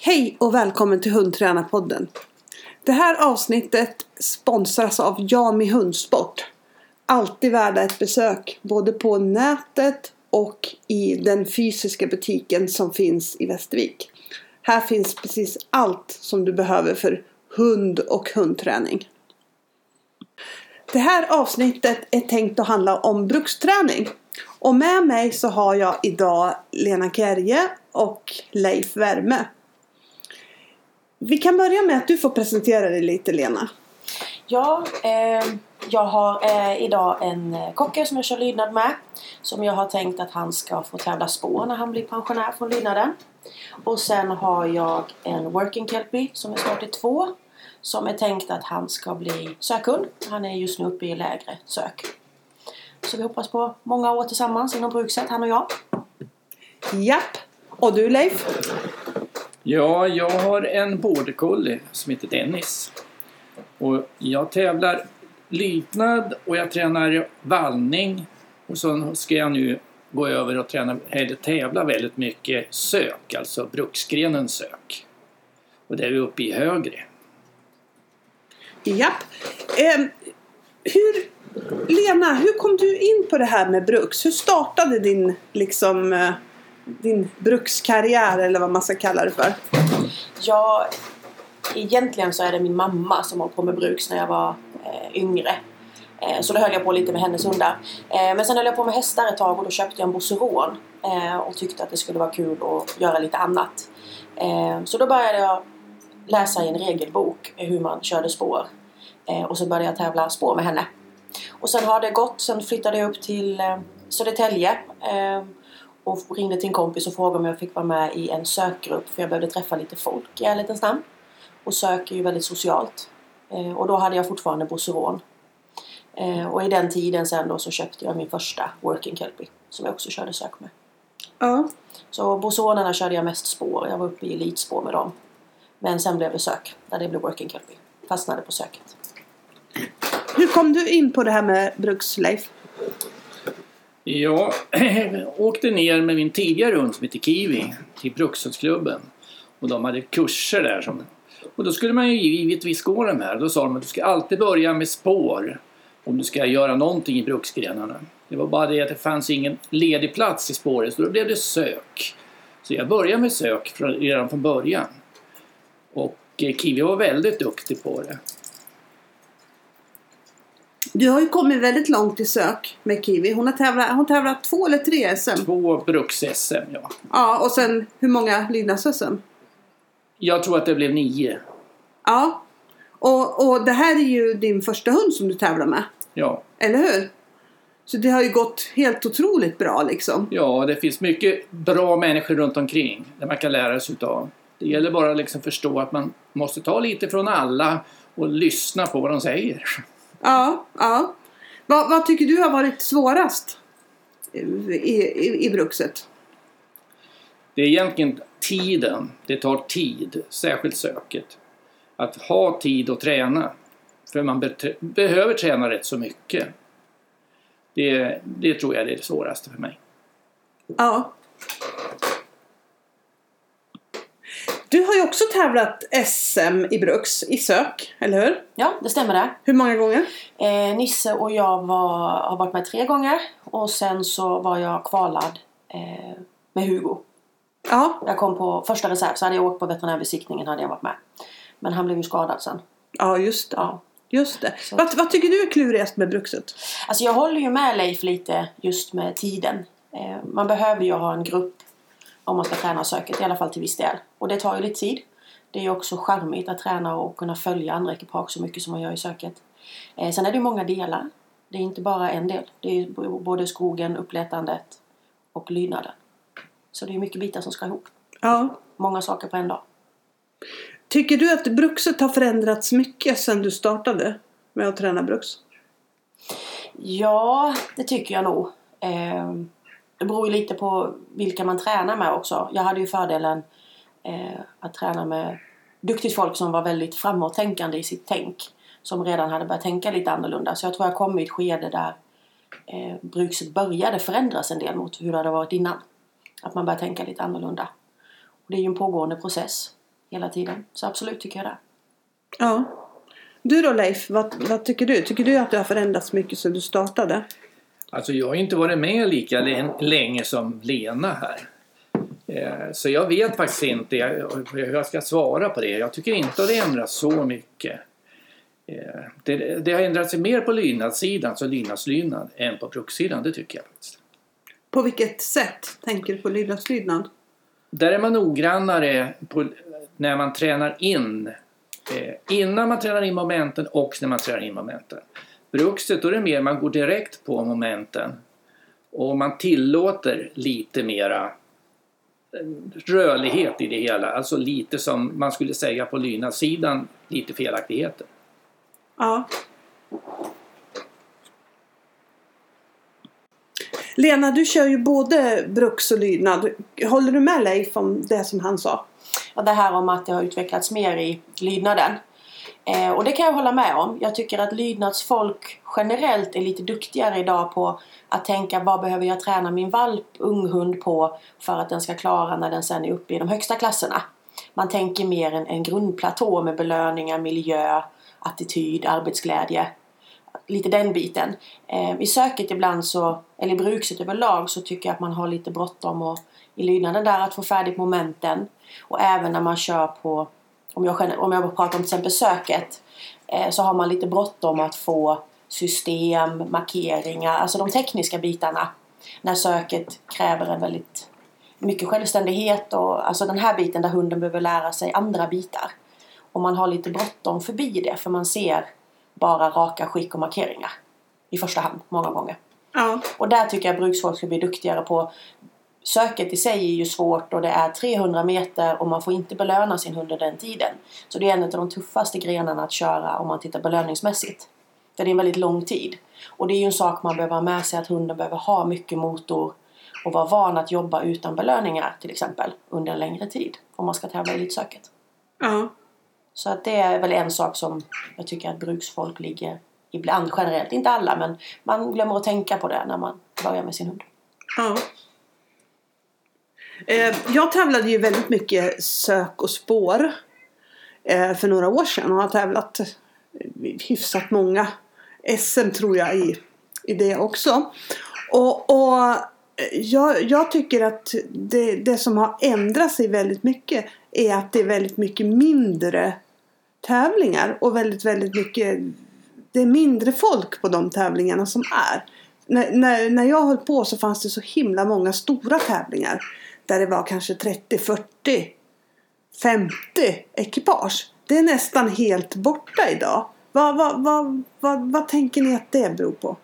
Hej och välkommen till Hundtränarpodden. Det här avsnittet sponsras av Jami Hundsport. Alltid värda ett besök både på nätet och i den fysiska butiken som finns i Västervik. Här finns precis allt som du behöver för hund och hundträning. Det här avsnittet är tänkt att handla om bruksträning. Och med mig så har jag idag Lena Kerje och Leif Värme. Vi kan börja med att du får presentera dig lite, Lena. Ja, jag har idag en kocker som jag kör lydnad med. Som jag har tänkt att han ska få tävla spår när han blir pensionär från lydnaden. Och sen har jag en working kelpie som är snart i 2. Som är tänkt att han ska bli sökhund. Han är just nu uppe i lägre sök. Så vi hoppas på många år tillsammans inom brukset, han och jag. Japp. Och du, Leif? Ja, jag har en border collie som heter Dennis. Och jag tävlar lydnad och jag tränar vallning. Och så ska jag nu gå över och tävla väldigt mycket sök, alltså bruksgrenens sök. Och det är vi uppe i högre. Japp. Lena, hur kom du in på det här med bruks? Hur startade din brukskarriär, eller vad man ska kalla det för? Ja, egentligen så är det min mamma som har på med bruks när jag var yngre. Så då höll jag på lite med hennes hundar. Men sen höll jag på med hästar ett tag och då köpte jag en bosseron. Och tyckte att det skulle vara kul att göra lite annat. Så då började jag läsa i en regelbok hur man körde spår. Och så började jag tävla spår med henne. Och sen har det gått. Sen flyttade jag upp till Södertälje. Och ringde till en kompis och frågade om jag fick vara med i en sökgrupp. För jag behövde träffa lite folk i ärlighetens namn. Och sök är ju väldigt socialt. Och då hade jag fortfarande bosseron. Och i den tiden sen då så köpte jag min första working kelpie. Som jag också körde sök med. Ja. Så bosseronerna körde jag mest spår. Jag var uppe i elitspår med dem. Men sen blev det sök. Där det blev working kelpie. Fastnade på söket. Hur kom du in på det här med bruks, Leif? Jag åkte ner med min tidigare hund som heter Kiwi till Brukshundsklubben. Och de hade kurser där. Och då skulle man ju givetvis gå de här. Då sa de att du ska alltid börja med spår om du ska göra någonting i bruksgrenarna. Det var bara det att det fanns ingen ledig plats i spåret, så då blev det sök. Så jag började med sök redan från början. Och Kiwi var väldigt duktig på det. Du har ju kommit väldigt långt i sök med Kiwi. Hon tävlat 2 eller 3 SM. 2 bruks-SM, ja. Ja, och sen hur många lydnads-SM? Jag tror att det blev 9. Ja, och det här är ju din första hund som du tävlar med. Ja. Eller hur? Så det har ju gått helt otroligt bra liksom. Ja, det finns mycket bra människor runt omkring där man kan lära sig utav. Det gäller bara liksom förstå att man måste ta lite från alla och lyssna på vad de säger. Ja. Vad tycker du har varit svårast i brukset? Det är egentligen tiden. Det tar tid, särskilt söket. Att ha tid att träna. För man behöver träna rätt så mycket. Det tror jag är det svåraste för mig. Ja. Du har ju också tävlat SM i bruks i sök, eller hur? Ja, det stämmer det. Hur många gånger? Nisse och jag har varit med 3 gånger. Och sen så var jag kvalad med Hugo. Ja. Jag kom på första reserv, så hade jag åkt på veterinärbesiktningen, hade jag varit med. Men han blev ju skadad sen. Ja, just det. Ja. Just det. Vad tycker du är klurigast med brukset? Alltså jag håller ju med Leif lite just med tiden. Man behöver ju ha en grupp om man ska träna söket, i alla fall till viss del. Och det tar ju lite tid. Det är ju också charmigt att träna och kunna följa andra ekipage så mycket som man gör i söket. Sen är det ju många delar. Det är inte bara en del. Det är både skogen, uppletandet och lydnaden. Så det är mycket bitar som ska ihop. Ja. Många saker på en dag. Tycker du att brukset har förändrats mycket sedan du startade med att träna bruks? Ja, det tycker jag nog. Det beror ju lite på vilka man tränar med också. Jag hade ju fördelen att träna med duktigt folk som var väldigt framåttänkande i sitt tänk. Som redan hade börjat tänka lite annorlunda. Så jag tror jag kom i ett skede där brukset började förändras en del mot hur det hade varit innan. Att man börjar tänka lite annorlunda. Och det är ju en pågående process. hela tiden. Så absolut tycker jag det. Ja. Du då Leif, vad tycker du? Tycker du att det har förändrats mycket sedan du startade? Alltså jag har inte varit med lika länge som Lena här. Så jag vet faktiskt inte hur jag ska svara på det. Jag tycker inte att det ändras så mycket. Det har ändrat sig mer på lydnadssidan, alltså lydnadslydnad, än på brukssidan, det tycker jag faktiskt. På vilket sätt tänker du på lydnadslydnad? Där är man noggrannare när man tränar in. Innan man tränar in momenten och när man tränar in momenten. Brukset, då är det mer man går direkt på momenten. Och man tillåter lite mera rörlighet i det hela. Alltså lite som man skulle säga på lydnadssidan, lite felaktigheter. Ja. Lena, du kör ju både bruks och lydnad. Håller du med Leif om det som han sa? Ja, det här om att det har utvecklats mer i lydnaden. Och det kan jag hålla med om. Jag tycker att lydnadsfolk generellt är lite duktigare idag på att tänka vad behöver jag träna min valp, unghund på för att den ska klara när den sen är uppe i de högsta klasserna. Man tänker mer en grundplatå med belöningar, miljö, attityd, arbetsglädje. Lite den biten. I söket ibland så, eller i brukset överlag, så tycker jag att man har lite bråttom och i lydnaden där att få färdigt momenten. Och även när man kör på, om jag pratar om till exempel söket, så har man lite bråttom att få system, markeringar, alltså de tekniska bitarna. När söket kräver en väldigt mycket självständighet och alltså den här biten där hunden behöver lära sig andra bitar. Och man har lite bråttom förbi det, för man ser bara raka skick och markeringar i första hand, många gånger. Ja. Och där tycker jag bruksfolk ska bli duktigare på. Söket i sig är ju svårt och det är 300 meter och man får inte belöna sin hund under den tiden. Så det är en av de tuffaste grenarna att köra om man tittar belöningsmässigt. För det är en väldigt lång tid. Och det är ju en sak man behöver ha med sig, att hunden behöver ha mycket motor och vara van att jobba utan belöningar till exempel under en längre tid om man ska tävla i elitsöket. Ja. Så att det är väl en sak som jag tycker att bruksfolk ligger ibland generellt. Inte alla, men man glömmer att tänka på det när man börjar med sin hund. Ja. Jag tävlade ju väldigt mycket sök och spår för några år sedan och har tävlat hyfsat många SM tror jag i det också. Och jag tycker att det som har ändrat sig väldigt mycket är att det är väldigt mycket mindre tävlingar och väldigt, väldigt mycket, det är mindre folk på de tävlingarna som är. När jag höll på så fanns det så himla många stora tävlingar där det var kanske 30, 40, 50 ekipage. Det är nästan helt borta idag. Vad tänker ni att det beror på?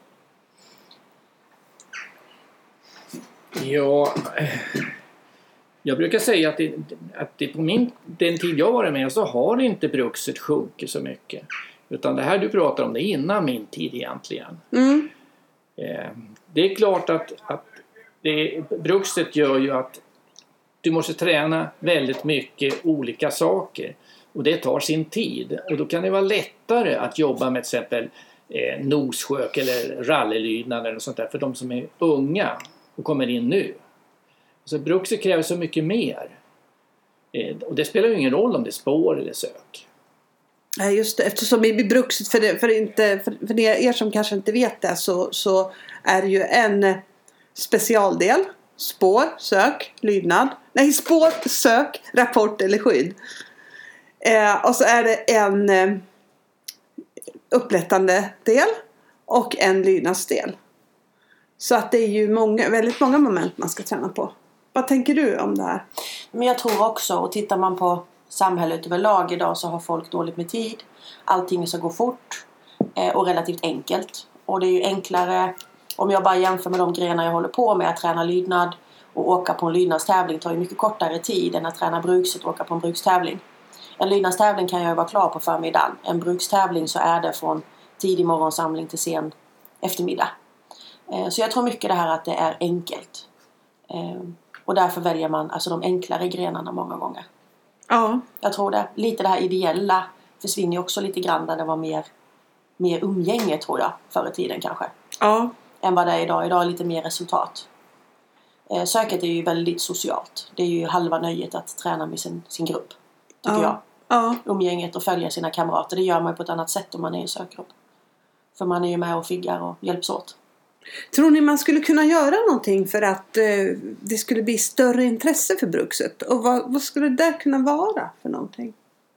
Ja, jag brukar säga att det på den tid jag var med så har inte brukset sjunkit så mycket. Utan det här du pratar om det är innan min tid egentligen. Mm. Det är klart att brukset gör ju att du måste träna väldigt mycket olika saker. Och det tar sin tid. Och då kan det vara lättare att jobba med till exempel nosskök eller rallylydnad eller sånt där för de som är unga och kommer in nu. Så brukset kräver så mycket mer. Och det spelar ju ingen roll om det är spår eller sök. Nej, just det. Eftersom i brukset, för er som kanske inte vet det, så är det ju en specialdel. Spår, sök, lydnad. Nej, spår, sök, rapport eller skydd. Och så är det en upplättande del och en lydnadsdel. Så att det är ju väldigt många moment man ska träna på. Vad tänker du om det här? Men jag tror också, och tittar man på samhället överlag idag så har folk dåligt med tid. Allting ska gå fort och relativt enkelt. Och det är ju enklare, om jag bara jämför med de grenar jag håller på med, att träna lydnad och åka på en lydnadstävling tar ju mycket kortare tid än att träna brukset och åka på en brukstävling. En lydnadstävling kan jag ju vara klar på förmiddagen. En brukstävling så är det från tidig morgonsamling till sen eftermiddag. Så jag tror mycket det här att det är enkelt. Och därför väljer man alltså de enklare grenarna många gånger. Ja. Jag tror det. Lite det här ideella försvinner också lite grann där det var mer umgänge tror jag förr i tiden kanske. Ja. Än vad det är idag. Idag är lite mer resultat. Söket är ju väldigt socialt. Det är ju halva nöjet att träna med sin grupp. tycker jag. Ja. Umgänget och följa sina kamrater. Det gör man på ett annat sätt om man är i en sökgrupp. För man är ju med och figgar och hjälps åt. Tror ni man skulle kunna göra någonting för att det skulle bli större intresse för Brukset? Och vad skulle det kunna vara för någonting?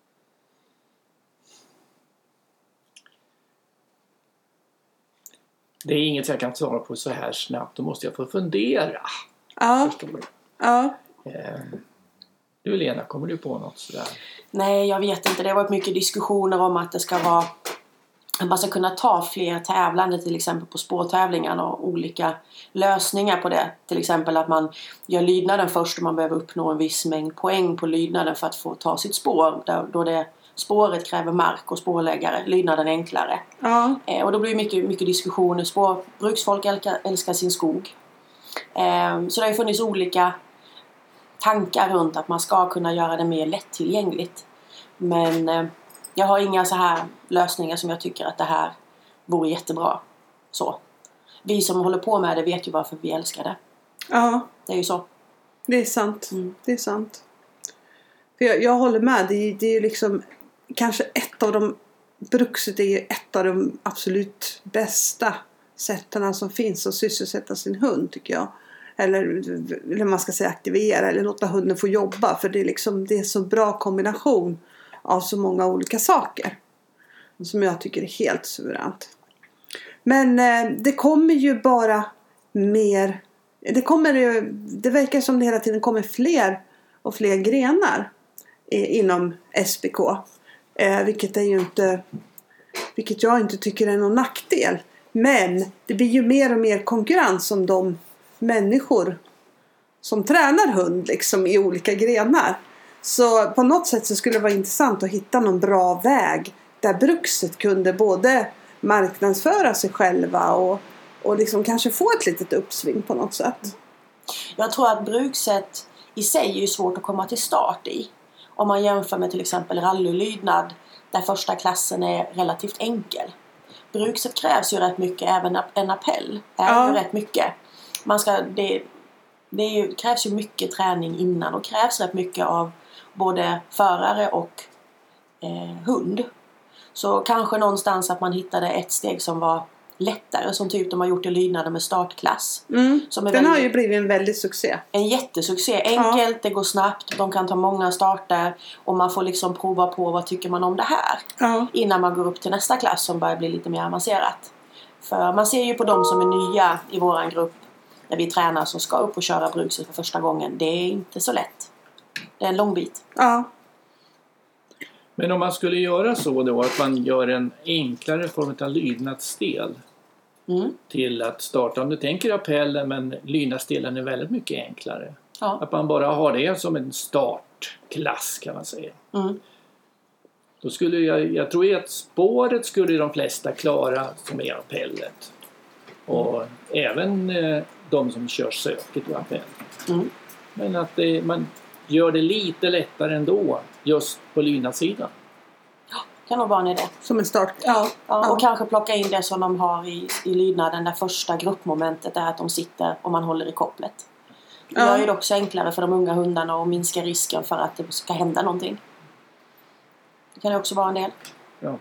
Det är inget jag kan svara på så här snabbt. Då måste jag få fundera. Ja. Förstår du? Ja. Du Lena, kommer du på något sådär? Nej, jag vet inte. Det har varit mycket diskussioner om att det ska vara... Att man ska kunna ta fler tävlande till exempel på spårtävlingarna och olika lösningar på det. Till exempel att man gör lydnaden först och man behöver uppnå en viss mängd poäng på lydnaden för att få ta sitt spår. Då spåret kräver mark och spårläggare. Lydnaden är enklare. Ja. Och då blir det mycket diskussioner. Bruksfolk älskar sin skog. Så det har ju funnits olika tankar runt att man ska kunna göra det mer lättillgängligt. Men jag har inga så här lösningar som jag tycker att det här vore jättebra. Så. Vi som håller på med det vet ju varför vi älskar det. Ja. Det är ju så. Det är sant. Det är sant. För jag håller med. Det är ju liksom kanske Brukset är ju ett av de absolut bästa sätten som finns att sysselsätta sin hund, tycker jag. Eller man ska säga aktivera eller låta hunden få jobba. För det är så bra kombination av så många olika saker. Som jag tycker är helt suveränt. Men det kommer ju bara mer. Det verkar som det hela tiden kommer fler och fler grenar inom SPK. Vilket jag inte tycker är någon nackdel. Men det blir ju mer och mer konkurrens om de människor som tränar hund liksom i olika grenar. Så på något sätt så skulle det vara intressant att hitta någon bra väg där Brukset kunde både marknadsföra sig själva och liksom kanske få ett litet uppsving på något sätt. Jag tror att Brukset i sig är ju svårt att komma till start i. Om man jämför med till exempel rallylydnad där första klassen är relativt enkel. Brukset krävs ju rätt mycket, även en appell är ju rätt mycket. Det krävs ju mycket träning innan och krävs rätt mycket av både förare och hund. Så kanske någonstans att man hittade ett steg som var lättare, som typ de har gjort i lydnaden med startklass. Den har ju blivit en väldig succé. En jättesuccé. Enkelt, det går snabbt, de kan ta många starter och man får liksom prova på vad tycker man om det här. Innan man går upp till nästa klass som börjar bli lite mer avancerat. För man ser ju på de som är nya i våran grupp när vi tränar som ska upp och köra Brukset för första gången. Det är inte så lätt. Det är en lång bit. Ja. Men om man skulle göra så då att man gör en enklare form av lydnadsdel till att starta. Om du tänker appellen men lydnadsdelen är väldigt mycket enklare. Ja. Att man bara har det som en startklass kan man säga. Då skulle jag tror att spåret skulle de flesta klara som är appellet. Och även de som kör söket och appell. Men att man gör det lite lättare ändå just på lydnadssidan. Ja, kan nog vara en idé. Som en start. Ja, och kanske plocka in det som de har i lydnaden där första gruppmomentet är att de sitter och man håller i kopplet. Det gör ju det också enklare för de unga hundarna och minska risken för att det ska hända någonting. Det kan ju också vara en del. Ja.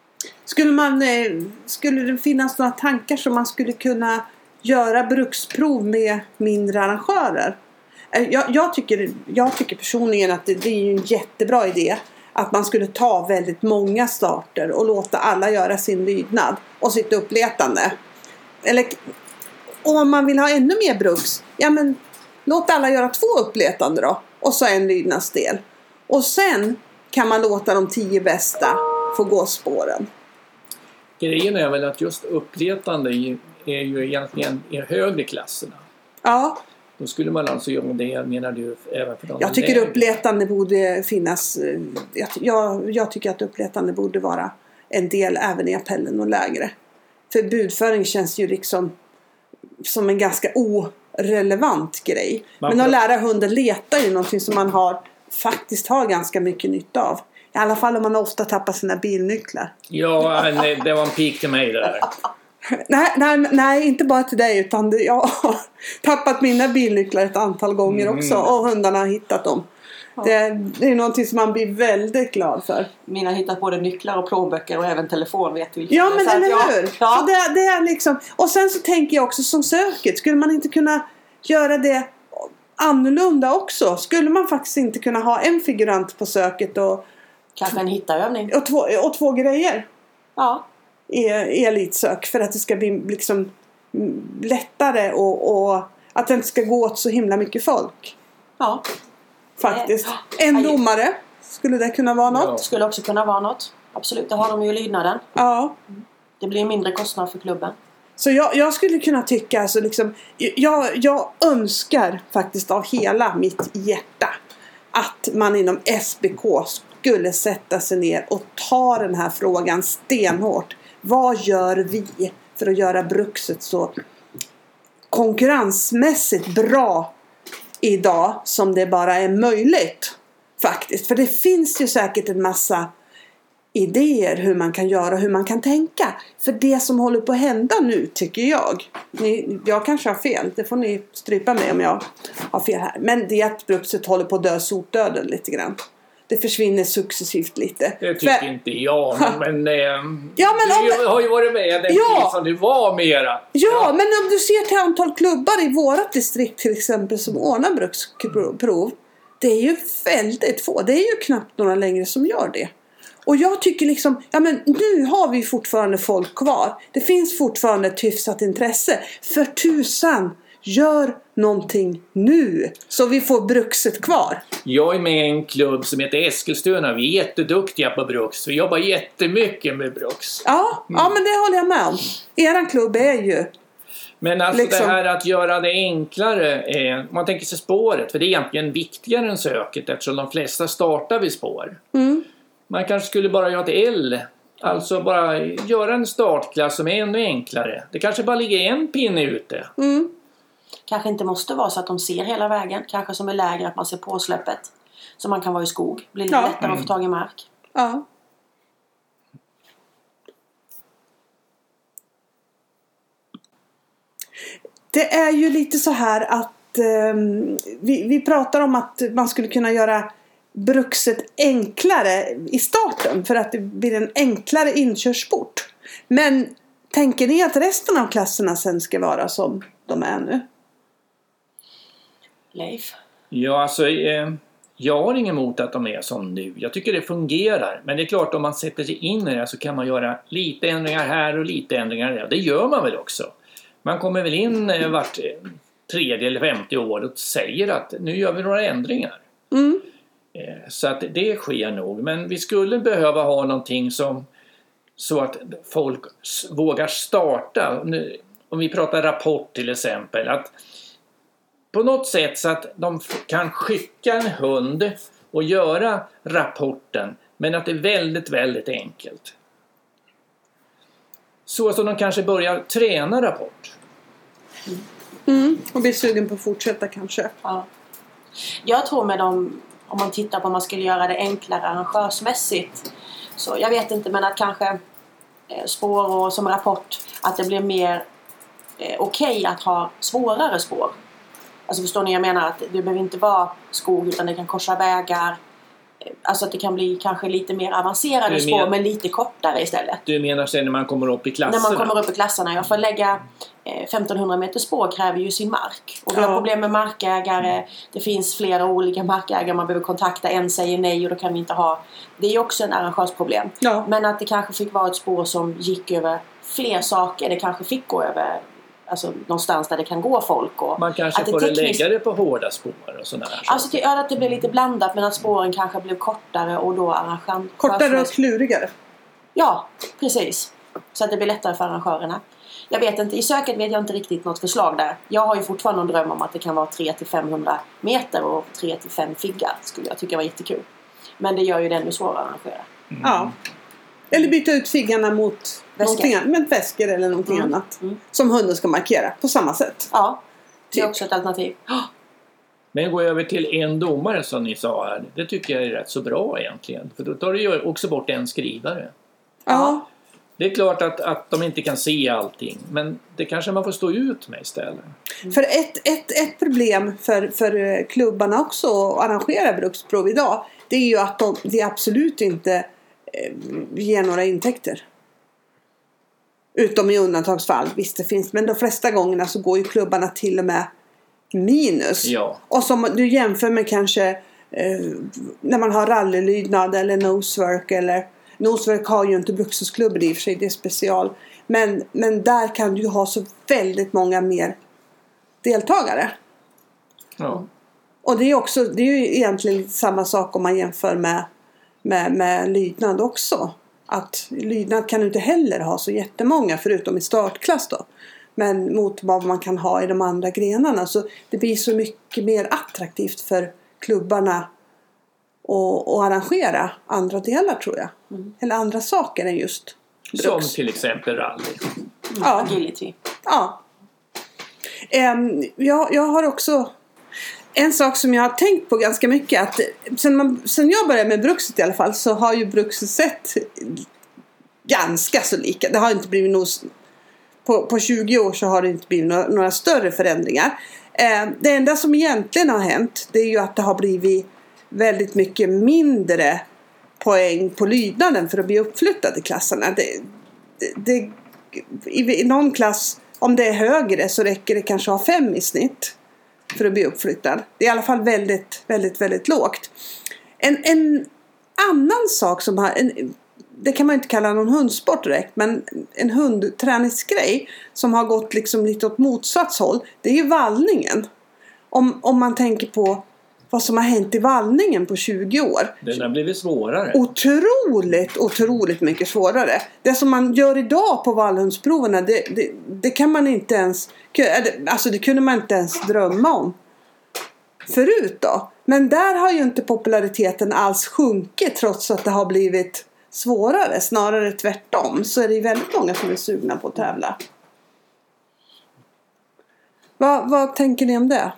Skulle det finnas några tankar som man skulle kunna göra bruksprov med mindre arrangörer? Jag tycker personligen att det är ju en jättebra idé att man skulle ta väldigt många starter och låta alla göra sin lydnad och sitt uppletande. Eller om man vill ha ännu mer bruks, låt alla göra 2 uppletande då och så en lydnadsdel. Och sen kan man låta de 10 bästa få gå spåren. Grejen är väl att just uppletande är ju egentligen i högre klasserna. Ja. Då skulle man alltså göra det, menar du, även för de Jag tycker lägre. uppletande borde finnas. Jag tycker att uppletande borde vara en del även i appellen och lägre. För budföring känns ju liksom som en ganska orelevant grej. Men att lära hunden leta är ju någonting som man faktiskt har ganska mycket nytta av. I alla fall om man ofta tappar sina bilnycklar. Ja, det var en pik till mig där. Nej, inte bara till dig utan jag har tappat mina bilnycklar ett antal gånger också och hundarna har hittat dem. Ja. Det är någonting som man blir väldigt glad för. Mina har hittat både nycklar och plånböcker och även telefon vet du. Ja, men eller hur? Ja. Så det är liksom, och sen så tänker jag också som söket, skulle man inte kunna göra det annorlunda också? Skulle man faktiskt inte kunna ha en figurant på söket och Kanske en hittarövning. och två grejer Ja. i elitsök för att det ska bli liksom lättare och att det inte ska gå åt så himla mycket folk. Ja. Faktiskt. En domare, skulle det kunna vara något? Ja. Det skulle också kunna vara något. Absolut, det har de ju lydnaden. Ja. Det blir mindre kostnad för klubben. Så jag skulle kunna tycka alltså liksom, jag önskar faktiskt av hela mitt hjärta att man inom SBK skulle sätta sig ner och ta den här frågan stenhårt. Vad gör vi för att göra Brukset så konkurrensmässigt bra idag som det bara är möjligt faktiskt? För det finns ju säkert en massa idéer hur man kan göra och hur man kan tänka. För det som håller på att hända nu tycker jag kanske har fel, det får ni strypa mig om jag har fel här, men det är att Brukset håller på att dö sotdöden lite grann. Det försvinner successivt lite. Det tycker inte jag, men men du har ju varit med den tid som du var mera. Ja, men om du ser till antal klubbar i vårat distrikt till exempel som ordnar bruksprov, det är ju väldigt få. Det är ju knappt några längre som gör det. Och jag tycker liksom, ja men nu har vi fortfarande folk kvar. Det finns fortfarande ett hyfsat intresse. För tusan, gör någonting nu så vi får Brukset kvar. Jag är med i en klubb som heter Eskilstuna. Vi är jätteduktiga på Bruks. Vi jobbar jättemycket med Bruks. Ja, men det håller jag med om. Eran klubb är ju... Men alltså liksom, det här att göra det enklare, om man tänker sig spåret, för det är egentligen viktigare än söket eftersom de flesta startar vid spår. Mm. Man kanske skulle bara göra ett L, alltså bara göra en startklass som är ännu enklare. Det kanske bara ligger en pinne ute. Mm. Kanske inte måste vara så att de ser hela vägen. Kanske som är lägre att man ser påsläppet. Så man kan vara i skog. Blir lite lättare att få tag i mark. Ja. Det är ju lite så här att vi pratar om att man skulle kunna göra Brukset enklare i starten för att det blir en enklare inkörsport. Men tänker ni att resten av klasserna sen ska vara som de är nu? Leif? Ja, alltså jag har ingen emot att de är som nu. Jag tycker det fungerar. Men det är klart, om man sätter sig in i det så kan man göra lite ändringar här och lite ändringar där. Det gör man väl också. Man kommer väl in vart 3:e eller 50 år och säger att nu gör vi några ändringar. Mm. Så att det sker nog. Men vi skulle behöva ha någonting som så att folk vågar starta. Om vi pratar rapport till exempel. Att på något sätt så att de kan skicka en hund och göra rapporten. Men att det är väldigt, väldigt enkelt. Så att de kanske börjar träna rapport. Och blir sugen på att fortsätta kanske. Ja. Jag tror med dem, om man tittar på om man skulle göra det enklare arrangörsmässigt. Så jag vet inte, men att kanske spår och som rapport att det blir mer okej att ha svårare spår. Alltså förstår ni, jag menar att det behöver inte vara skog utan det kan korsa vägar. Alltså att det kan bli kanske lite mer avancerade spår men lite kortare istället. Du menar sen när man kommer upp i klasserna? När man kommer upp i klasserna, ja. För att lägga 1500 meter spår kräver ju sin mark. Och vi har problem med markägare. Det finns flera olika markägare man behöver kontakta. En säger nej och då kan vi inte ha. Det är ju också en arrangörsproblem. Ja. Men att det kanske fick vara ett spår som gick över fler saker. Det kanske fick gå över, alltså någonstans där det kan gå folk. Och man kanske får lägga det på hårda spår och sådana här saker. Alltså att det blir lite blandat, men att spåren kanske blev kortare och då arrangören... Kortare och klurigare. Ja, precis. Så att det blir lättare för arrangörerna. Jag vet inte, i söket vet jag inte riktigt något förslag där. Jag har ju fortfarande en dröm om att det kan vara 300-500 meter och 3-5 figgar. Skulle jag tycka var jättekul. Men det gör ju det ännu svårare att arrangera. Mm. Ja. Eller byta ut figgarna mot någonting annat. Med väskor eller någonting annat. Som hunden ska markera på samma sätt. Ja, det är också ett alternativ. Men gå över till en domare som ni sa här. Det tycker jag är rätt så bra egentligen. För då tar det ju också bort en skrivare. Ja. Det är klart att de inte kan se allting, men det kanske man får stå ut med istället. För ett problem för klubbarna också att arrangera bruksprov idag, det är ju att de absolut inte ger några intäkter. Utom i undantagsfall, visst det finns, men de flesta gångerna så går ju klubbarna till och med minus. Ja. Och som du jämför med kanske när man har rallylydnad eller nosework, eller nosework har ju inte brukshusklubben i och för sig, det är special, men där kan du ha så väldigt många mer deltagare. Ja. Och det är ju egentligen samma sak om man jämför med lydnad också. Att lydnad kan du inte heller ha så jättemånga förutom i startklass då. Men mot vad man kan ha i de andra grenarna. Så det blir så mycket mer attraktivt för klubbarna att arrangera andra delar, tror jag. Eller andra saker än just bruks. Som till exempel rally. Ja. Agility. Ja. Jag har också en sak som jag har tänkt på ganska mycket, att sen jag började med brukset i alla fall, så har ju brukset sett ganska så lika. Det har inte blivit på 20 år så har det inte blivit några större förändringar. Det enda som egentligen har hänt, det är ju att det har blivit väldigt mycket mindre poäng på lydnaden för att bli uppflyttad i klasserna. I någon klass, om det är högre, så räcker det kanske ha 5 i snitt för att bli uppflyttad. Det är i alla fall väldigt, väldigt, väldigt lågt. En annan sak som det kan man inte kalla någon hundsport direkt, men en hundträningsgrej som har gått liksom lite åt motsatshåll, det är ju vallningen. Om man tänker på vad som har hänt i vallningen på 20 år. Den har blivit svårare. Otroligt mycket svårare. Det som man gör idag på vallhundsproverna, det kan man inte ens, alltså det kunde man inte ens drömma om förut då. Men där har ju inte populariteten alls sjunkit, trots att det har blivit svårare. Snarare tvärtom, så är det ju väldigt många som är sugna på att tävla. Vad tänker ni om det?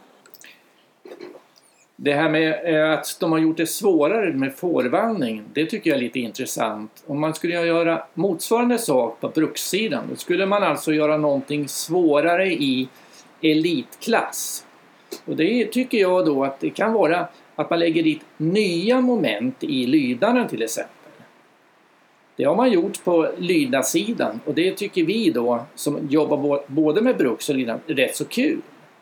Det här med att de har gjort det svårare med fårvallning, det tycker jag är lite intressant. Om man skulle göra motsvarande sak på brukssidan, då skulle man alltså göra någonting svårare i elitklass. Och det tycker jag då att det kan vara att man lägger dit nya moment i lydnaden till exempel. Det har man gjort på lydnadssidan, och det tycker vi då som jobbar både med bruks och lydnad är rätt så kul.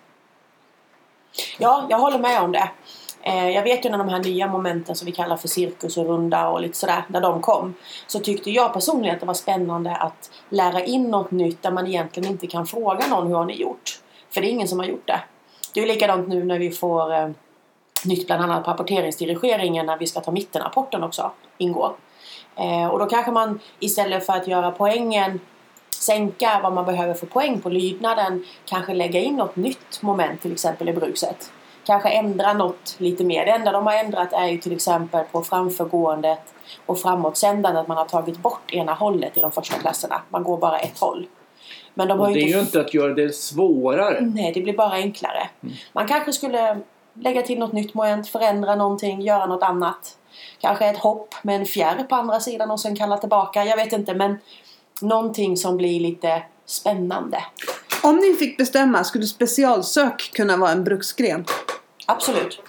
Ja, jag håller med om det. Jag vet ju när de här nya momenten som vi kallar för cirkus och runda och lite sådär, när de kom, så tyckte jag personligen att det var spännande att lära in något nytt där man egentligen inte kan fråga någon hur har ni gjort. För det är ingen som har gjort det. Det är ju likadant nu när vi får nytt bland annat på rapporteringsdirigeringen, när vi ska ta mittenrapporten också ingår. Och då kanske man istället för att göra poängen, sänka vad man behöver för poäng på lydnaden, kanske lägga in något nytt moment till exempel i brukset. Kanske ändra något lite mer. Det enda de har ändrat är ju till exempel på framförgåendet och framåtsändandet. Man har tagit bort ena hållet i de första klasserna. Man går bara ett håll. Men de har det är ju inte att göra det svårare. Nej, det blir bara enklare. Man kanske skulle lägga till något nytt moment, förändra någonting, göra något annat. Kanske ett hopp med en fjärr på andra sidan och sen kalla tillbaka. Jag vet inte, men någonting som blir lite spännande. Om ni fick bestämma, skulle specialsök kunna vara en bruksgren? Absolut.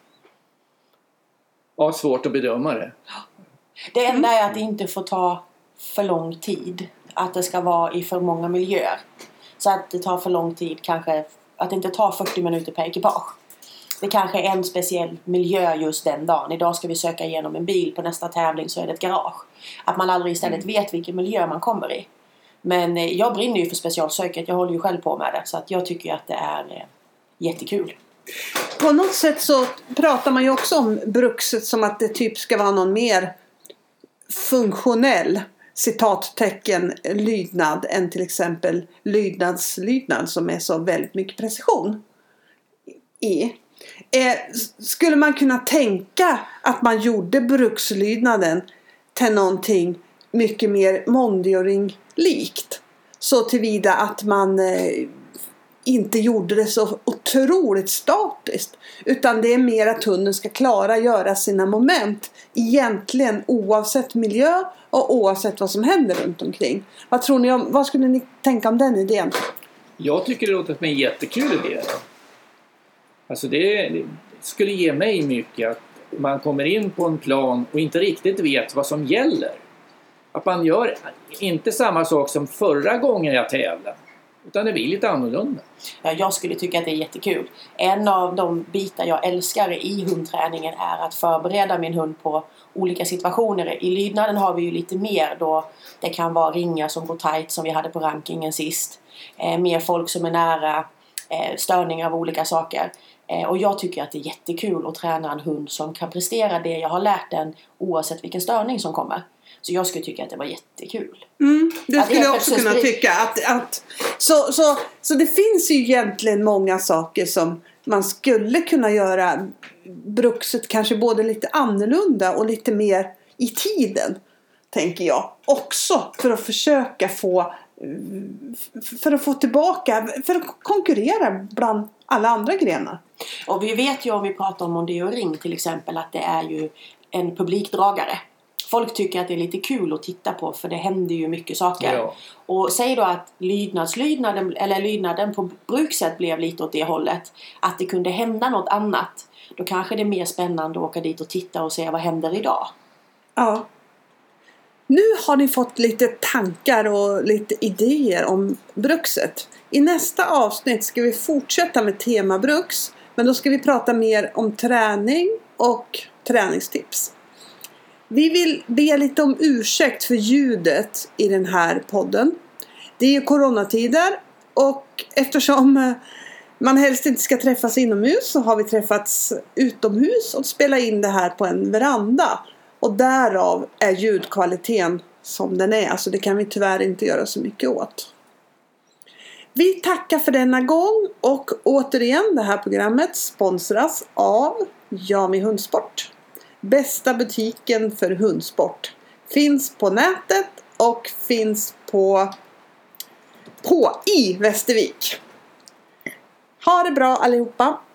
Ja, svårt att bedöma det. Det enda är att det inte får ta för lång tid. Att det ska vara i för många miljöer. Så att det tar för lång tid, kanske att det inte tar 40 minuter per ekipage. Det kanske är en speciell miljö just den dagen. Idag ska vi söka igenom en bil, på nästa tävling så är det ett garage. Att man aldrig istället vet vilken miljö man kommer i. Men jag brinner ju för specialsöket. Jag håller ju själv på med det. Så att jag tycker att det är jättekul. På något sätt så pratar man ju också om brukset som att det typ ska vara någon mer funktionell citattecken lydnad än till exempel lydnadslydnad som är så väldigt mycket precision i. Skulle man kunna tänka att man gjorde brukslydnaden till någonting mycket mer Mondioring-likt, så tillvida att man inte gjorde det så otroligt statiskt. Utan det är mer att hunden ska göra sina moment. Egentligen oavsett miljö och oavsett vad som händer runt omkring. Vad tror ni vad skulle ni tänka om den idén? Jag tycker det låter som en jättekul idé. Alltså det skulle ge mig mycket att man kommer in på en plan och inte riktigt vet vad som gäller. Att man gör inte samma sak som förra gången jag tävlade. Utan det blir lite annorlunda. Ja, jag skulle tycka att det är jättekul. En av de bitar jag älskar i hundträningen är att förbereda min hund på olika situationer. I lydnaden har vi ju lite mer då det kan vara ringar som går tight som vi hade på rankingen sist. Mer folk som är nära, störningar av olika saker. Och jag tycker att det är jättekul att träna en hund som kan prestera det jag har lärt den oavsett vilken störning som kommer. Så jag skulle tycka att det var jättekul. Det skulle jag också kunna tycka. Så det finns ju egentligen många saker som man skulle kunna göra brukset kanske både lite annorlunda och lite mer i tiden. Tänker jag. Också för att försöka få tillbaka, för att konkurrera bland alla andra grenar. Och vi vet ju om vi pratar om Mondeo Ring till exempel att det är ju en publikdragare. Folk tycker att det är lite kul att titta på för det händer ju mycket saker. Ja. Och säg då att lydnaden på bruksätt blev lite åt det hållet. Att det kunde hända något annat. Då kanske det är mer spännande att åka dit och titta och se vad händer idag. Ja. Nu har ni fått lite tankar och lite idéer om brukset. I nästa avsnitt ska vi fortsätta med tema bruks. Men då ska vi prata mer om träning och träningstips. Vi vill be lite om ursäkt för ljudet i den här podden. Det är ju coronatider och eftersom man helst inte ska träffas inomhus så har vi träffats utomhus och spelat in det här på en veranda. Och därav är ljudkvaliteten som den är. Alltså det kan vi tyvärr inte göra så mycket åt. Vi tackar för denna gång och återigen det här programmet sponsras av Jami Hundsport. Bästa butiken för hundsport. Finns på nätet och finns i Västervik. Ha det bra allihopa!